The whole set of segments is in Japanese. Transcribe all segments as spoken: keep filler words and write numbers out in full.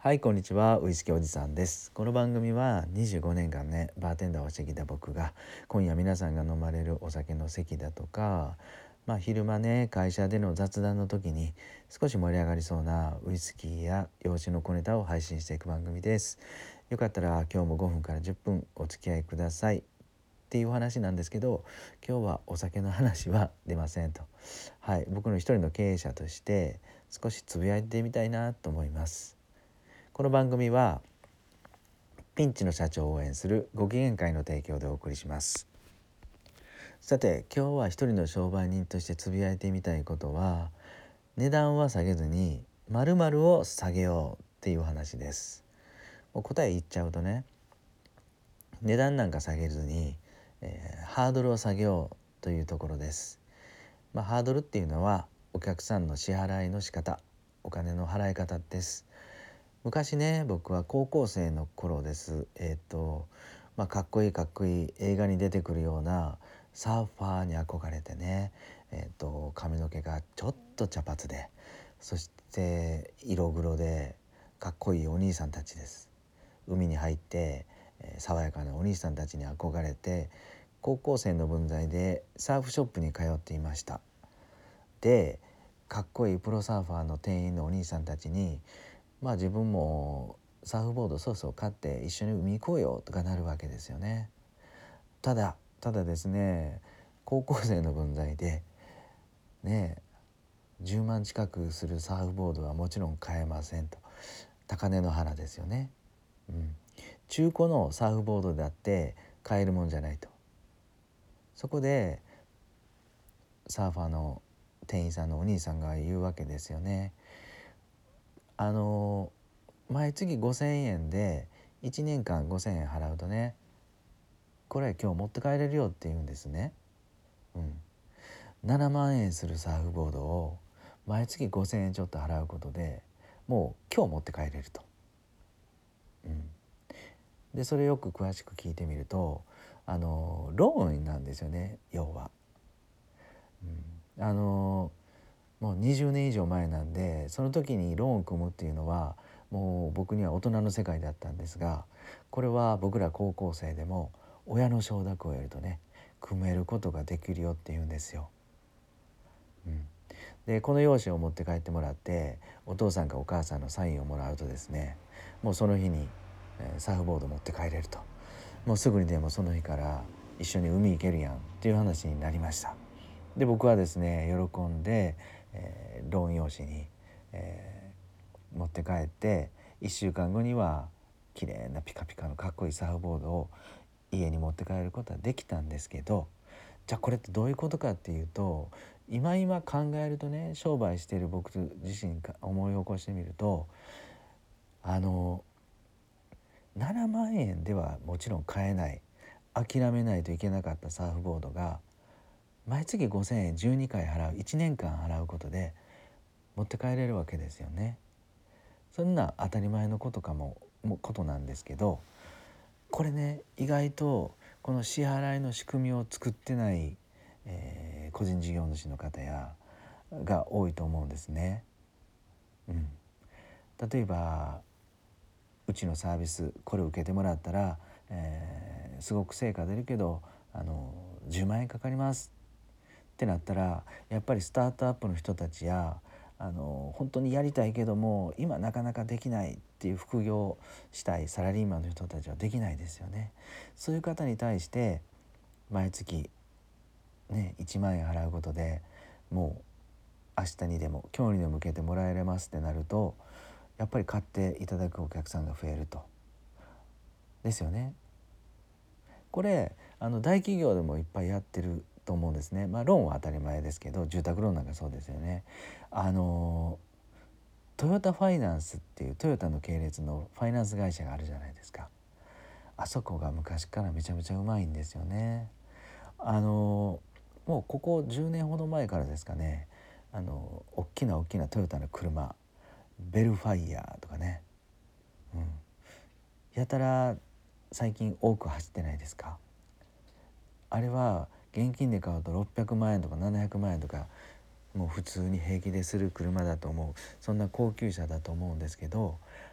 はい、こんにちは。ウイスキーおじさんです。この番組はにじゅうごねんかんね、バーテンダーをしてきた僕が、今夜皆さんが飲まれるお酒の席だとか、まあ昼間ね、会社での雑談の時に少し盛り上がりそうなウイスキーや洋酒の小ネタを配信していく番組です。よかったら今日もごふんからじゅっぷんお付き合いください。っていう話なんですけど、今日はお酒の話は出ませんと。はい、僕の一人の経営者として少しつぶやいてみたいなと思います。この番組はピンチの社長を応援するご機嫌会の提供でお送りします。さて、今日は一人の商売人としてつぶやいてみたいことは、値段は下げずに〇〇を下げようっていう話です。もう答え言っちゃうとね、値段なんか下げずに、えーハードルを下げようというところです。まあ、ハードルっていうのはお客さんの支払いの仕方、お金の払い方です。昔ね、僕は高校生の頃です。えっ、と、まあ、かっこいいかっこいい映画に出てくるようなサーファーに憧れてね、えっ、と髪の毛がちょっと茶髪で、そして色黒でかっこいいお兄さんたちです。海に入って、えー爽やかなお兄さんたちに憧れて、高校生の分際でサーフショップに通っていました。で、かっこいいプロサーファーの店員のお兄さんたちに、まあ自分もサーフボードそうそう買って一緒に海行こうよとかなるわけですよね。ただただですね、高校生の分際でね、じゅうまん近くするサーフボードはもちろん買えませんと。高値の花ですよね。うん、中古のサーフボードだって買えるもんじゃないと。そこでサーファーの店員さんのお兄さんが言うわけですよね。あの毎月ごせんえんでいちねんかんごせんえん払うとね、これ今日持って帰れるよって言うんですね。うん、ななまんえんするサーフボードを毎月ごせんえんちょっと払うことでもう今日持って帰れると。うん、でそれよく詳しく聞いてみると、あのローンなんですよね、要は。うん、あのもうにじゅうねん以上前なんで、その時にローンを組むっていうのはもう僕には大人の世界だったんですが、これは僕ら高校生でも親の承諾を得るとね、組めることができるよっていうんですよ。うん、でこの用紙を持って帰ってもらってお父さんかお母さんのサインをもらうとですね、もうその日に、えーサーフボード持って帰れると。もうすぐにでもその日から一緒に海行けるやんっていう話になりました。で僕はですね喜んで、えーローン用紙に、えー持って帰って、いっしゅうかんごには綺麗なピカピカのかっこいいサーフボードを家に持って帰ることはできたんですけど、じゃあこれってどういうことかっていうと、今今考えるとね、商売している僕自身が思い起こしてみると、あのななまんえんではもちろん買えない、諦めないといけなかったサーフボードが毎月ごせんえんじゅうにかい払う、いちねんかん払うことで持って帰れるわけですよね。そんな当たり前のことかももことなんですけど、これね、意外とこの支払いの仕組みを作ってない、えー個人事業主の方やが多いと思うんですね。うん、例えばうちのサービスこれを受けてもらったら、えーすごく成果出るけどあのじゅうまんえんかかりますってなったら、やっぱりスタートアップの人たちや、あの本当にやりたいけども今なかなかできないっていう副業したいサラリーマンの人たちはできないですよね。そういう方に対して毎月ねいちまんえん払うことで、もう明日にでも今日にでも受けてもらえれますってなると、やっぱり買っていただくお客さんが増えると。ですよね。これあの大企業でもいっぱいやってると思うんですね。まあローンは当たり前ですけど、住宅ローンなんかそうですよね。あのトヨタファイナンスっていうトヨタの系列のファイナンス会社があるじゃないですか。あそこが昔からめちゃめちゃうまいんですよね。あのもうここじゅうねんほど前からですかね、あの大きな大きなトヨタの車、ベルファイヤーとかね、うん、やたら最近多く走ってないですか。あれは現金で買うとろっぴゃくまんえんとかななひゃくまんえんとか、もう普通に平気でする車だと思う、そんな高級車だと思うんですけど、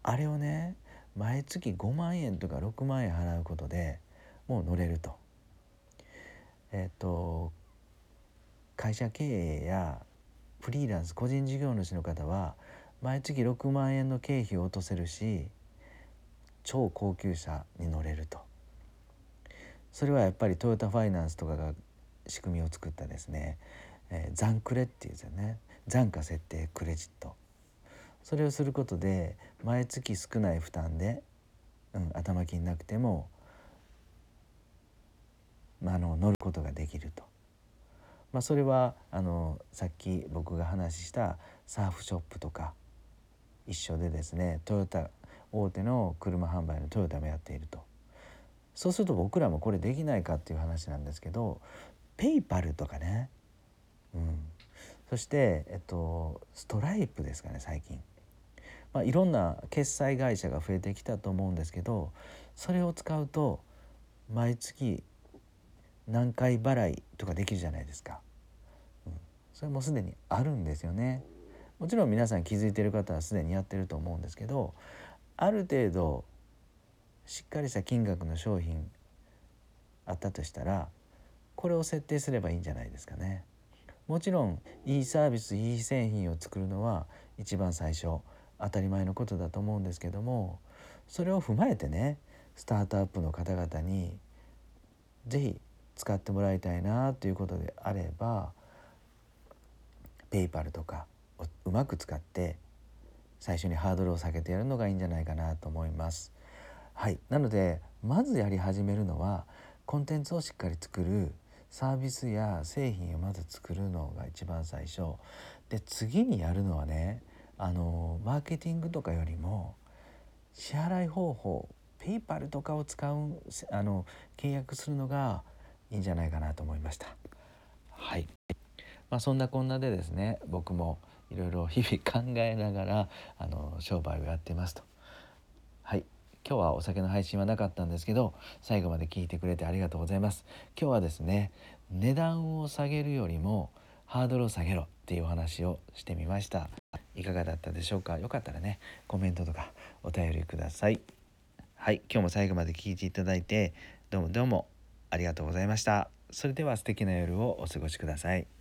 あれをね毎月ごまんえんとかろくまんえん払うことでもう乗れると。えっと会社経営やフリーランス個人事業主の方は毎月ろくまんえんの経費を落とせるし、超高級車に乗れると。それはやっぱりトヨタファイナンスとかが仕組みを作ったですね、えー、残クレっていうんですよね。残価設定クレジット、それをすることで毎月少ない負担で、うん、頭金なくても、まあ、あの乗ることができると。まあ、それはあのさっき僕が話したサーフショップとか一緒でですね、トヨタ大手の車販売のトヨタもやっていると。そうすると僕らもこれできないかっていう話なんですけど、ペイパルとかね、うん、そして、えっと、ストライプですかね最近、まあ、いろんな決済会社が増えてきたと思うんですけど、それを使うと毎月何回払いとかできるじゃないですか、うん、それもすでにあるんですよね。もちろん皆さん気づいている方はすでにやってると思うんですけど、ある程度しっかりした金額の商品あったとしたらこれを設定すればいいんじゃないですかね。もちろんいいサービスいい製品を作るのは一番最初当たり前のことだと思うんですけども、それを踏まえてね、スタートアップの方々にぜひ使ってもらいたいなということであれば、ペイパルとかをうまく使って最初にハードルを下げてやるのがいいんじゃないかなと思います。はい、なのでまずやり始めるのはコンテンツをしっかり作る、サービスや製品をまず作るのが一番最初で、次にやるのはね、あのマーケティングとかよりも支払い方法、ペイパルとかを使うあの契約するのがいいんじゃないかなと思いました。はい、まあ、そんなこんなでですね、僕もいろいろ日々考えながらあの商売をやってますと。はい、今日はお酒の配信はなかったんですけど、最後まで聞いてくれてありがとうございます。今日はですね、値段を下げるよりもハードルを下げろっていうお話をしてみました。いかがだったでしょうか。よかったらね、コメントとかお便りください。はい、今日も最後まで聞いていただいてどうもどうもありがとうございました。それでは素敵な夜をお過ごしください。